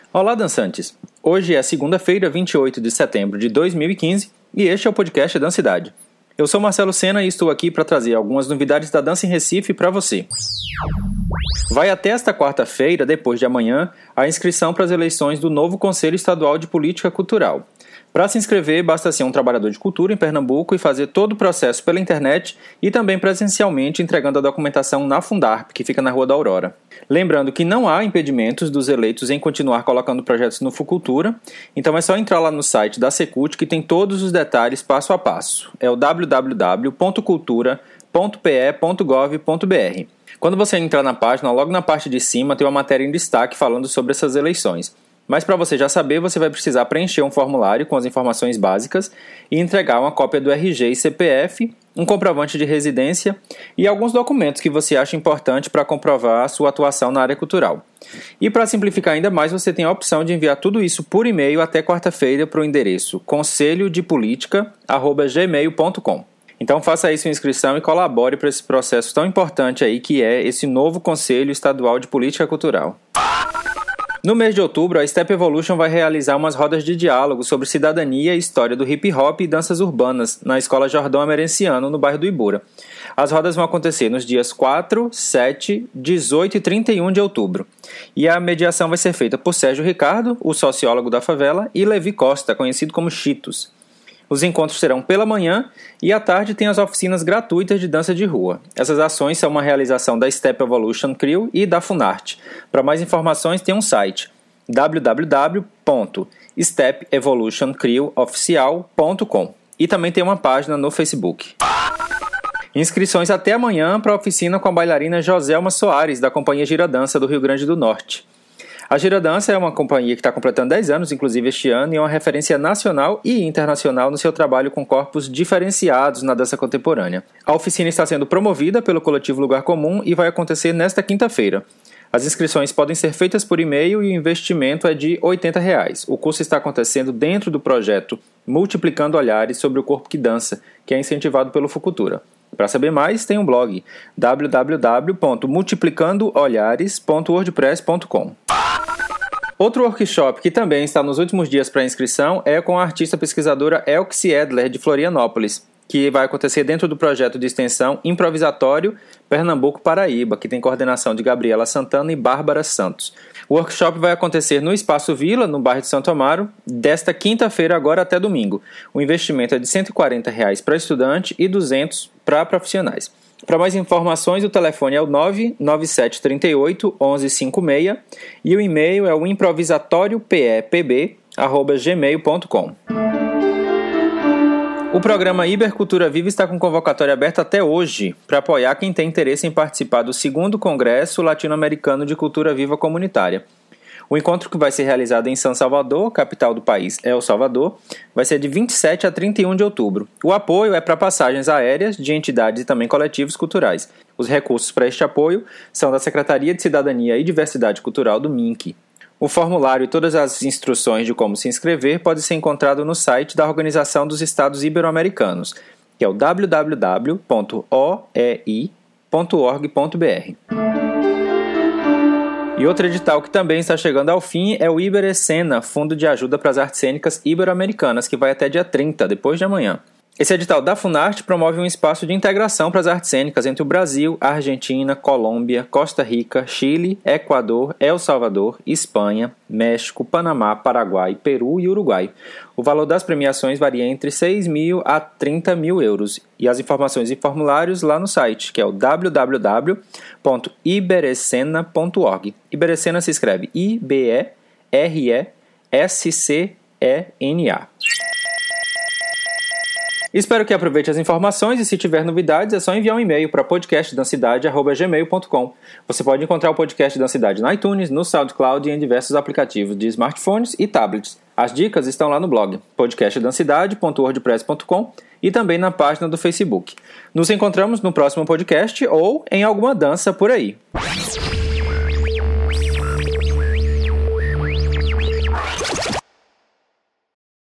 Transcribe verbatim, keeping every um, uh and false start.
Olá, dançantes! Hoje é segunda-feira, vinte e oito de setembro de dois mil e quinze e este é o podcast Dancidade. Eu sou Marcelo Sena e estou aqui para trazer algumas novidades da dança em Recife para você. Vai até esta quarta-feira, depois de amanhã, a inscrição para as eleições do novo Conselho Estadual de Política Cultural. Para se inscrever, basta ser um trabalhador de cultura em Pernambuco e fazer todo o processo pela internet e também presencialmente entregando a documentação na Fundarp, que fica na Rua da Aurora. Lembrando que não há impedimentos dos eleitos em continuar colocando projetos no Fucultura, então é só entrar lá no site da Secult que tem todos os detalhes passo a passo. É o w w w ponto cultura ponto p e ponto gov ponto b r. Quando você entrar na página, logo na parte de cima tem uma matéria em destaque falando sobre essas eleições. Mas para você já saber, você vai precisar preencher um formulário com as informações básicas e entregar uma cópia do R G e C P F, um comprovante de residência e alguns documentos que você acha importante para comprovar a sua atuação na área cultural. E para simplificar ainda mais, você tem a opção de enviar tudo isso por e-mail até quarta-feira para o endereço conselho de política arroba gmail ponto com. Então faça aí sua inscrição e colabore para esse processo tão importante aí que é esse novo Conselho Estadual de Política Cultural. No mês de outubro, a Step Evolution vai realizar umas rodas de diálogo sobre cidadania e história do hip hop e danças urbanas na Escola Jordão Emerenciano, no bairro do Ibura. As rodas vão acontecer nos dias quatro, sete, dezoito e trinta e um de outubro. E a mediação vai ser feita por Sérgio Ricardo, o sociólogo da favela, e Levi Costa, conhecido como Chitos. Os encontros serão pela manhã e à tarde tem as oficinas gratuitas de dança de rua. Essas ações são uma realização da Step Evolution Crew e da Funarte. Para mais informações tem um site w w w ponto step evolution crew oficial ponto com e também tem uma página no Facebook. Inscrições até amanhã para a oficina com a bailarina Joselma Soares, da Companhia Giradança do Rio Grande do Norte. A Giradança é uma companhia que está completando dez anos, inclusive este ano, e é uma referência nacional e internacional no seu trabalho com corpos diferenciados na dança contemporânea. A oficina está sendo promovida pelo coletivo Lugar Comum e vai acontecer nesta quinta-feira. As inscrições podem ser feitas por e-mail e o investimento é de oitenta reais. O curso está acontecendo dentro do projeto Multiplicando Olhares sobre o Corpo que Dança, que é incentivado pelo Fucultura. Para saber mais, tem um blog w w w ponto multiplicando olhares ponto wordpress ponto com. Outro workshop que também está nos últimos dias para inscrição é com a artista pesquisadora Elxie Edler, de Florianópolis, que vai acontecer dentro do projeto de extensão Improvisatório Pernambuco-Paraíba, que tem coordenação de Gabriela Santana e Bárbara Santos. O workshop vai acontecer no Espaço Vila, no bairro de Santo Amaro, desta quinta-feira agora até domingo. O investimento é de cento e quarenta reais para estudante e duzentos reais para profissionais. Para mais informações, o telefone é o nove nove sete três oito, um um cinco seis e o e-mail é o improvisatório p e p b arroba gmail ponto com. O programa Ibercultura Viva está com convocatória aberta até hoje para apoiar quem tem interesse em participar do segundo Congresso Latino-Americano de Cultura Viva Comunitária. O encontro, que vai ser realizado em São Salvador, capital do país El Salvador, vai ser de vinte e sete a trinta e um de outubro. O apoio é para passagens aéreas de entidades e também coletivos culturais. Os recursos para este apoio são da Secretaria de Cidadania e Diversidade Cultural do M I N C. O formulário e todas as instruções de como se inscrever podem ser encontrado no site da Organização dos Estados Ibero-Americanos, que é o w w w ponto o e i ponto org ponto b r. E outro edital que também está chegando ao fim é o Iberecena, Fundo de Ajuda para as Artes Cênicas Ibero-Americanas, que vai até dia trinta, depois de amanhã. Esse edital da Funarte promove um espaço de integração para as artes cênicas entre o Brasil, Argentina, Colômbia, Costa Rica, Chile, Equador, El Salvador, Espanha, México, Panamá, Paraguai, Peru e Uruguai. O valor das premiações varia entre seis mil a trinta mil euros. E as informações e formulários lá no site, que é o w w w ponto iberecena ponto org. Iberecena se escreve I B E R E S C E N A. Espero que aproveite as informações e, se tiver novidades, é só enviar um e-mail para podcast dancidade arroba gmail ponto com. Você pode encontrar o podcast Dancidade no iTunes, no SoundCloud e em diversos aplicativos de smartphones e tablets. As dicas estão lá no blog podcast dancidade ponto wordpress ponto com e também na página do Facebook. Nos encontramos no próximo podcast ou em alguma dança por aí.